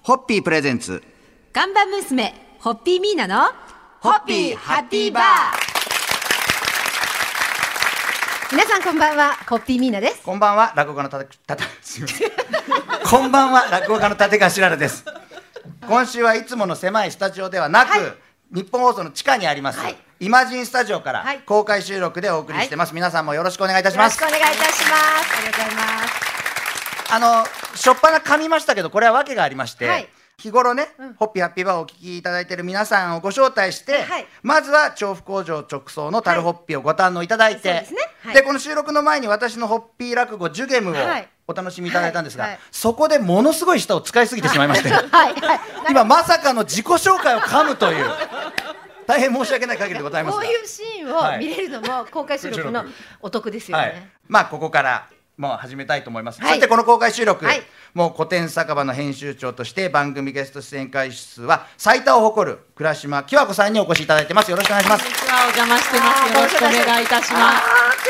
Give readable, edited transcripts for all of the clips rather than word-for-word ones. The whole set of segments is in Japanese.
ホッピープレゼンツ看板娘ホッピーミーナのホッピーハッピーバー。 皆さんこんばんは、ホッピーミーナです。 こんばんは、落語家のすみませんこんばんは、落語家の立川しららです。今週はいつもの狭いスタジオではなく、日本放送の地下にあります、イマジンスタジオから公開収録でお送りしてます、皆さんもよろしくお願いいたします。 よろしくお願いいたします。ありがとうございます。 しょっぱな噛みましたけど、これは訳がありまして、日頃ね、ホッピーハッピーバーをお聞きいただいている皆さんをご招待して、まずは調布工場直送の樽ホッピーをご堪能いただいて、でこの収録の前に私のホッピー落語ジュゲムをお楽しみいただいたんですが、そこでものすごい舌を使いすぎてしまいまして今まさかの自己紹介を噛むという大変申し訳ない限りでございますが、 こういうシーンを見れるのも公開収録のお得ですよね。 まあここからもう始めたいと思います。そしてこの公開収録、もう古典酒場の編集長として番組ゲスト出演回数は最多を誇る倉島きわ子さんにお越しいただいてます。よろしくお願いします。 こんにちは、お邪魔してます。よろしくお願いいたします。 倉島さんの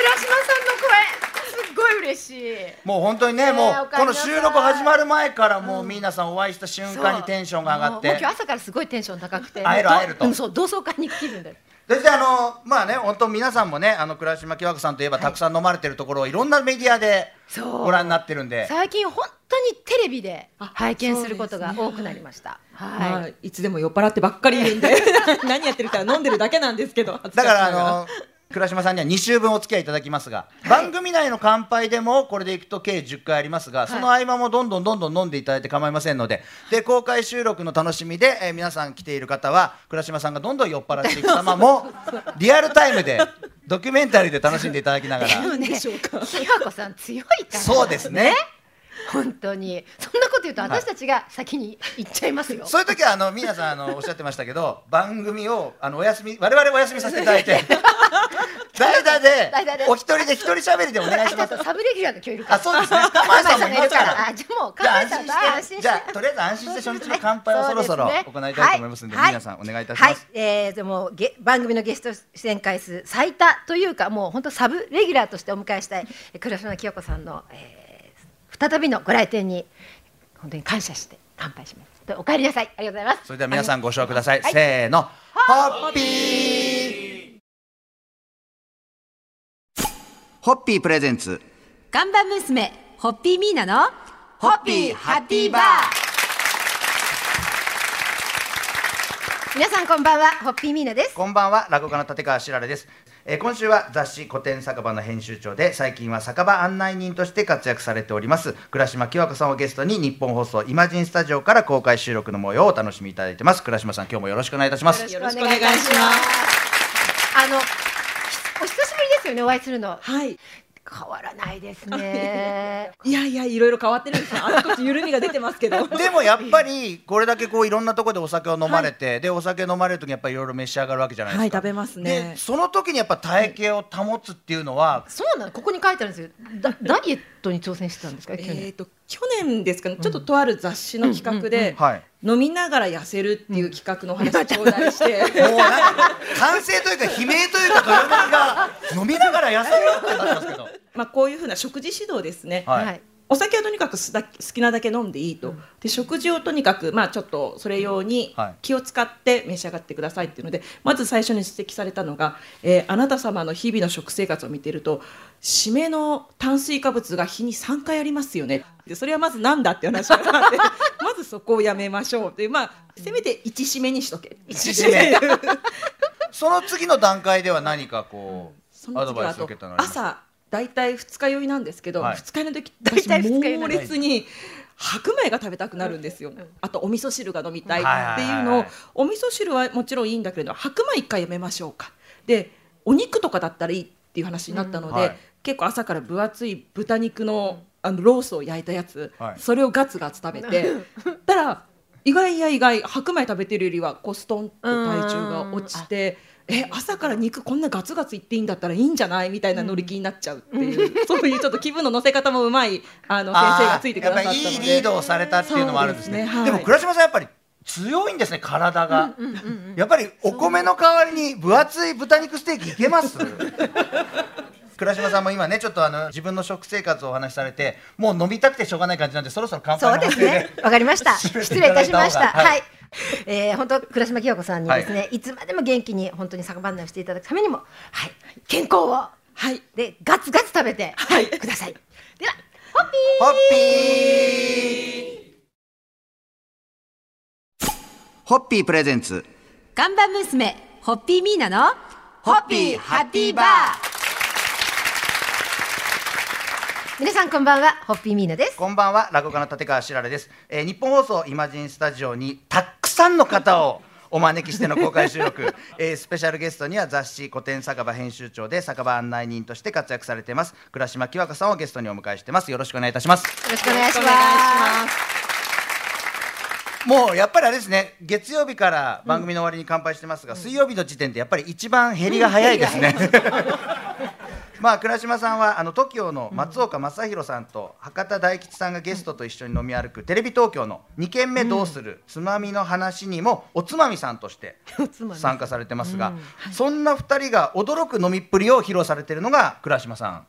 声すっごい嬉しい。 もう本当にね、もうこの収録始まる前からもう皆さんお会いした瞬間にテンションが上がって、 もう今日朝からすごいテンション高くて、 会えると、 そう同窓会に気分で。 そしてまあね、本当皆さんもね、倉島きわ子さんといえばたくさん飲まれてるところをいろんなメディアでご覧になってるんで、 最近本当にテレビで拝見することが多くなりました。 いつでも酔っ払ってばっかりいるんで何やってるか飲んでるだけなんですけど、 だから倉島さんには2週分お付き合いいただきますが、番組内の乾杯でもこれでいくと計10回ありますが、その合間もどんどん飲んでいただいて構いませんので、公開収録の楽しみで、皆さん来ている方は倉島さんがどんどん酔っ払っていく様もリアルタイムでドキュメンタリーで楽しんでいただきながら。 でもね、きわ子さん強いから。 そうですね。 本当にそんなこと言うと私たちが先に行っちゃいますよ。 そういう時は皆さんおっしゃってましたけど、番組をお休み、我々お休みさせていただいて代打でお一人で一人喋りでお願いします。 サブレギュラーが今日いるから。 そうですね。かまいさんもいますから。 じゃあもうかまいさんと安心して。 じゃあとりあえず安心して初日の乾杯をそろそろ行いたいと思いますので、皆さんお願いいたします。 でも番組のゲスト出演回数最多というか、もう本当サブレギュラーとしてお迎えしたい倉島きわ子さんの再びのご来店に本当に感謝して乾杯します。お帰りなさい。ありがとうございます。 それでは皆さんご唱和ください。せーの、ホッピー。ホッピープレゼンツ看板娘ホッピーミーナのホッピーハッピーバー。 皆さんこんばんは、ホッピーミーナです。 こんばんは、落語家の立川しららです。今週は雑誌古典酒場の編集長で、最近は酒場案内人として活躍されております倉島きわ子さんをゲストに、日本放送イマジンスタジオから公開収録の模様をお楽しみいただいてます。倉島さん、今日もよろしくお願いいたします。 よろしくお願いします。お久しぶりですよね、お会いするの。変わらないですね。 いやいろいろ変わってるんですよ。あちこち緩みが出てますけどでもやっぱりこれだけいろんなところでお酒を飲まれて、でお酒飲まれる時にやっぱりいろいろ召し上がるわけじゃないですか。 食べますね。 でその時にやっぱ体型を保つっていうのは、 そうなの、ここに書いてあるんですよ。ダイエットに挑戦してたんですか？ 去年ですかね、ちょっととある雑誌の企画で飲みながら痩せるっていう企画のお話を頂戴してもうなんか歓声というか悲鳴というか、豊田が飲みながら痩せるってなってますけどこういうふうな食事指導ですね。お酒はとにかく好きなだけ飲んでいいと、で食事をとにかくちょっとそれ用に気を使って召し上がってくださいっていうので、まず最初に指摘されたのが、あなた様の日々の食生活を見ていると締めの炭水化物が日に3回ありますよね。でそれはまずなんだって話があってまずそこをやめましょうで、せめて1締めにしとけ。 1締めその次の段階では何かアドバイスを受けたのは朝だいたい二日酔いなんですけど、二日酔いの時私猛烈に白米が食べたくなるんですよ。あとお味噌汁が飲みたいっていうのを、お味噌汁はもちろんいいんだけれど、白米1回やめましょうか。でお肉とかだったらいいっていう話になったので、結構朝から分厚い豚肉のロースを焼いたやつ、それをガツガツ食べてたら意外白米食べてるよりはストンと体重が落ちて、朝から肉こんなガツガツいっていいんだったらいいんじゃないみたいな乗り気になっちゃうっていう、そういうちょっと気分の乗せ方もうまい先生がついてくださったので、 やっぱいいリードをされたっていうのもあるんですね。でも倉島さんやっぱり強いんですね、体が。やっぱりお米の代わりに分厚い豚肉ステーキいけます倉島さんも今ねちょっと自分の食生活をお話しされて、もう飲みたくてしょうがない感じなんで、そろそろ乾杯のそうですね、わかりました。失礼いたしました。はい、本当倉島清子さんにですね、いつまでも元気に本当に酒場案内をしていただくためにも、はい、健康を、はい、でガツガツ食べて、はい、ください。ではホッピーホッピーホッピープレゼンツ看板娘ホッピーミーナのホッピーハッピーバー。皆さんこんばんは、ホッピーミーナです。 こんばんは、落語家の立川しららです。日本放送イマジンスタジオにたくさんの方をお招きしての公開収録、スペシャルゲストには雑誌古典酒場編集長で酒場案内人として活躍されています倉島清子さんをゲストにお迎えしてます。よろしくお願いいたします。 よろしくお願いします。 もうやっぱりあれですね、月曜日から番組の終わりに乾杯してますが、水曜日の時点でやっぱり一番減りが早いですね。まあ倉島さんはTOKIOの松岡昌宏さんと博多大吉さんがゲストと一緒に飲み歩くテレビ東京の2軒目どうするつまみの話にもおつまみさんとして参加されてますが、そんな2人が驚く飲みっぷりを披露されているのが倉島さん。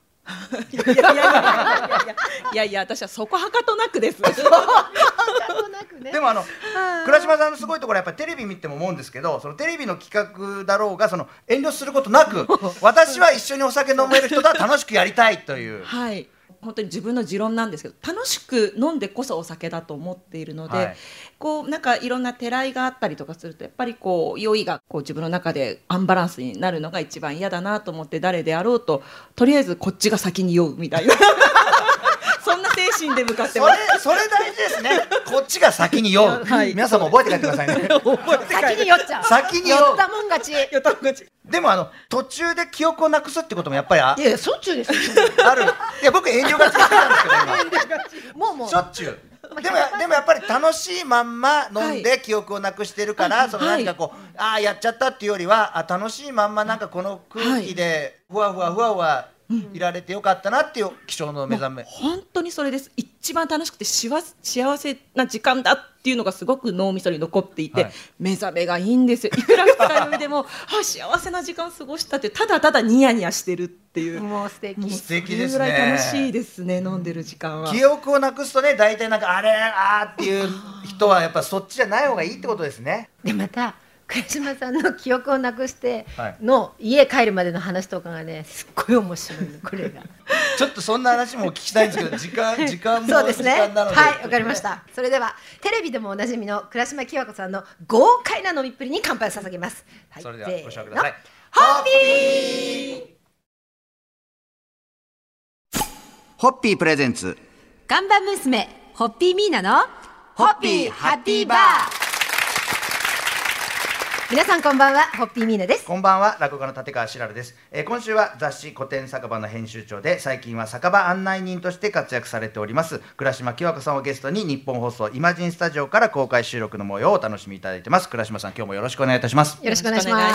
いやいや私はそこはかとなくです。 でも倉島さんのすごいところはやっぱりテレビ見ても思うんですけど、そのテレビの企画だろうが遠慮することなく私は一緒にお酒飲める人だ、楽しくやりたいという、 はい、本当に自分の持論なんですけど、楽しく飲んでこそお酒だと思っているので、はい、こうなんかいろんなてらいがあったりとかするとやっぱりこう酔いがこう自分の中でアンバランスになるのが一番嫌だなと思って、誰であろうととりあえずこっちが先に酔うみたいなそんな精神で向かってます。 それ大事ですね。こっちが先に酔う、はい、皆さんも覚えて帰ってくださいね。 先に酔っちゃう、 先に酔ったもん勝ち。 でも途中で記憶をなくすってこともやっぱりいやしょっちゅうですよ。 ある。いや僕遠慮がちしてたんですけど今もうしょっちゅう。でもやっぱり楽しいまんま飲んで記憶をなくしてるから、何かこうやっちゃったっていうよりは楽しいまんまなんかこの空気でふわふわいられてよかったなっていう気象の目覚め。 本当にそれです。一番楽しくて幸せな時間だっていうのがすごく脳みそに残っていて、はい、目覚めがいいんですよ。いくら二日酔いでも幸せな時間過ごしたってただただニヤニヤしてるっていう、 もう素敵ですね。 それぐらい楽しいですね、飲んでる時間は。 記憶をなくすとね、大体なんかっていう人はやっぱそっちじゃない方がいいってことですね。 でまた倉島さんの記憶をなくしての家帰るまでの話とかがね、すっごい面白いのこれが。 ちょっとそんな話も聞きたいんですけど、時間もそうですね。 時間なので、 はい、わかりました。それではテレビでもおなじみの倉島清子さんの豪快な飲みっぷりに乾杯を捧げます。はい、 それではご賞味ください。 ホッピーホッピープレゼンツ看板娘ホッピーミーナのホッピーハッピーバー。皆さんこんばんは、ホッピーミーナです。 こんばんは、落語家の立川しららです。今週は雑誌古典酒場の編集長で、最近は酒場案内人として活躍されております倉島清子さんをゲストに日本放送イマジンスタジオから公開収録の模様をお楽しみいただいてます。倉島さん、今日もよろしくお願いいたします。 よろしくお願いします。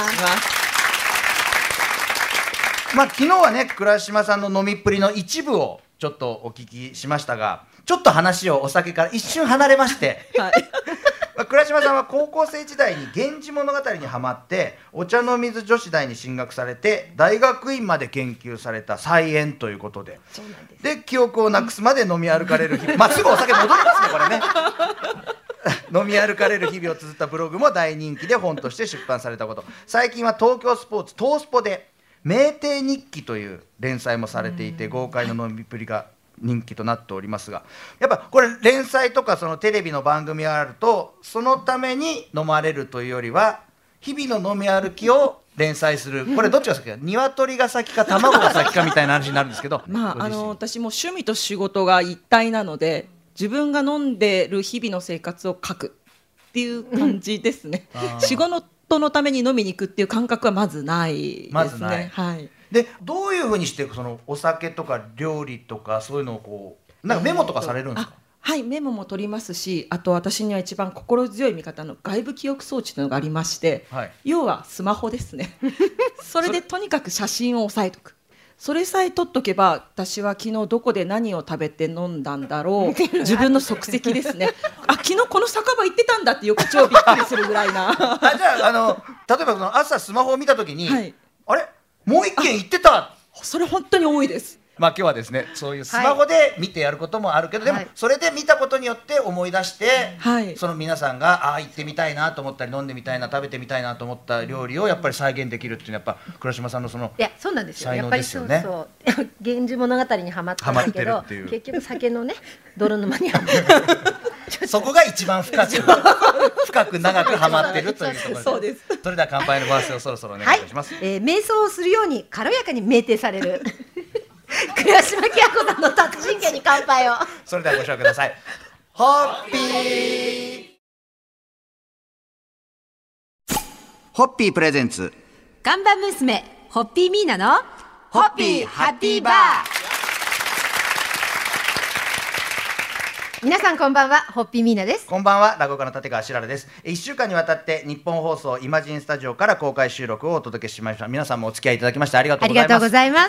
昨日はね、倉島さんの飲みっぷりの一部をちょっとお聞きしましたが、ちょっと話をお酒から一瞬離れまして、はい、倉島さんは高校生時代に源氏物語にハマってお茶の水女子大に進学されて大学院まで研究された才媛ということで、 そうなんです。 で記憶をなくすまで飲み歩かれる日々、すぐお酒戻りますねこれね。飲み歩かれる日々を綴ったブログも大人気で本として出版されたこと、最近は東京スポーツ東スポで名帝日記という連載もされていて、豪快な飲みっぷりが人気となっておりますが、やっぱこれ連載とかそのテレビの番組があると、そのために飲まれるというよりは日々の飲み歩きを連載する、これどっちが先か、鶏が先か卵が先かみたいな話になるんですけど、 私も趣味と仕事が一体なので、自分が飲んでる日々の生活を書くっていう感じですね。仕事のために飲みに行くっていう感覚はまずないですね。はい。 でどういうふうにしてそのお酒とか料理とかそういうのをこうなんかメモとかされるんですか？ はい、メモも取りますし、あと私には一番心強い味方の外部記憶装置というのがありまして、はい、要はスマホですね。それでとにかく写真を押さえとく。それさえ撮っとけば、私は昨日どこで何を食べて飲んだんだろう、自分の足跡ですね。昨日この酒場行ってたんだって翌朝びっくりするぐらいな。 じゃあ例えばその朝スマホを見たときに、はい、あれもう一軒行ってたっそれ本当に多いです。 まあ今日はですね、そういうスマホで見てやることもあるけど、でもそれで見たことによって思い出して、その皆さんが行ってみたいなと思ったり飲んでみたいな食べてみたいなと思った料理をやっぱり再現できるっていうのはやっぱ倉島さんのそのそうなんですよ。やっぱりそうそう。源氏物語にはまったんだけど、結局酒のね泥沼にはまる。 そこが一番深く長くはまってるというところで。 そうです。 それでは乾杯のご発声をそろそろお願いいたします。 瞑想をするように軽やかに酩酊される倉島喜和子さんの達人家に乾杯を。 それではご紹介ください。ホッピー。ホッピープレゼンツ看板娘ホッピーミーナのホッピーハッピーバー。皆さんこんばんは、ホッピーミーナです。 こんばんは、落語家の立川しららです。1週間にわたって日本放送イマジンスタジオから公開収録をお届けしました。皆さんもお付き合いいただきましてありがとうございます。 ありがとうございます。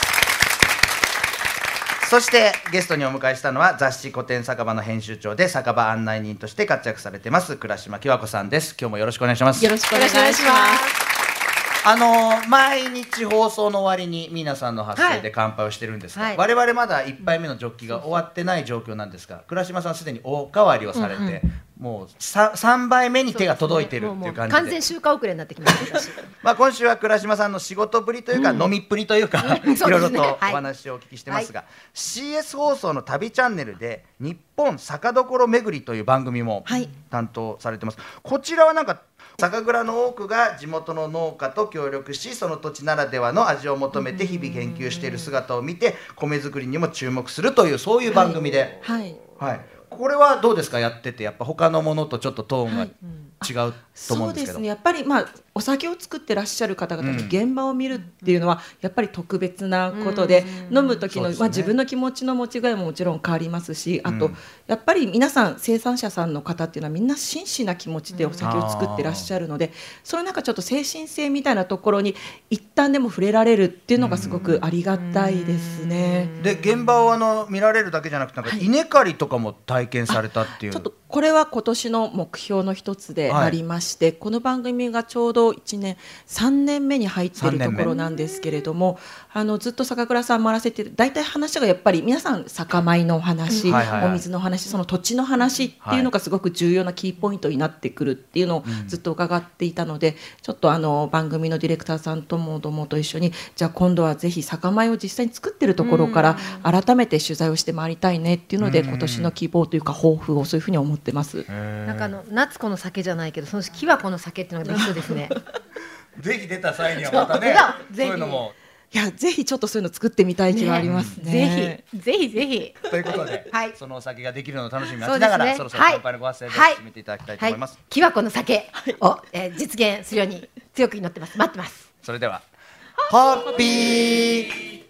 そしてゲストにお迎えしたのは雑誌古典酒場の編集長で酒場案内人として活躍されてます倉島喜和子さんです。今日もよろしくお願いします。 よろしくお願いします。 毎日放送の終わりに皆さんの発声で乾杯をしてるんですが、我々まだ1杯目のジョッキが終わってない状況なんですが、倉島さんすでにおかわりをされて、もう 3杯目に手が届いてるっていう感じで、 完全周回遅れになってきましたしまあ今週は倉島さんの仕事ぶりというか、飲みっぷりというか、いろいろとお話をお聞きしてますが、CS 放送の旅チャンネルで日本酒どころ巡りという番組も担当されてます。こちらはなんか酒蔵の多くが地元の農家と協力し、その土地ならではの味を求めて日々研究している姿を見て、米作りにも注目するというそういう番組で、これはどうですか、やっててやっぱ他のものとちょっとトーンが違うと思うんですけど。 そうですね、やっぱりお酒を作ってらっしゃる方々の現場を見るっていうのはやっぱり特別なことで、飲む時の、自分の気持ちの持ち具合ももちろん変わりますし、あとやっぱり皆さん生産者さんの方っていうのはみんな真摯な気持ちでお酒を作ってらっしゃるので、そのなんかちょっと精神性みたいなところに一旦でも触れられるっていうのがすごくありがたいですね。 で現場を見られるだけじゃなくて、なんか稲刈りとかも体験されたっていう。 ちょっとこれは今年の目標の一つでありまして、この番組がちょうど3年目に入っているところなんですけれども、ずっと酒蔵さん回らせて大体話がやっぱり皆さん酒米のお話、お水の話、その土地の話っていうのがすごく重要なキーポイントになってくるっていうのをずっと伺っていたので、ちょっと番組のディレクターさんともどもと一緒に、じゃあ今度はぜひ酒米を実際に作ってるところから改めて取材をしてまいりたいねっていうので、今年の希望というか抱負をそういうふうに思ってます。 なんか夏子の酒じゃないけど、その喜和子の酒っていうのができそうですね。 ぜひ出た際にはまたね、そういうのも。 いや、ぜひちょっとそういうの作ってみたい気はありますね。 ぜひぜひ。 ということで、そのお酒ができるのを楽しみに待ちながら、そろそろ乾杯のご発声で締めていただきたいと思います。 喜和子の酒を実現するように強く祈ってます。待ってます。 それではホッピー。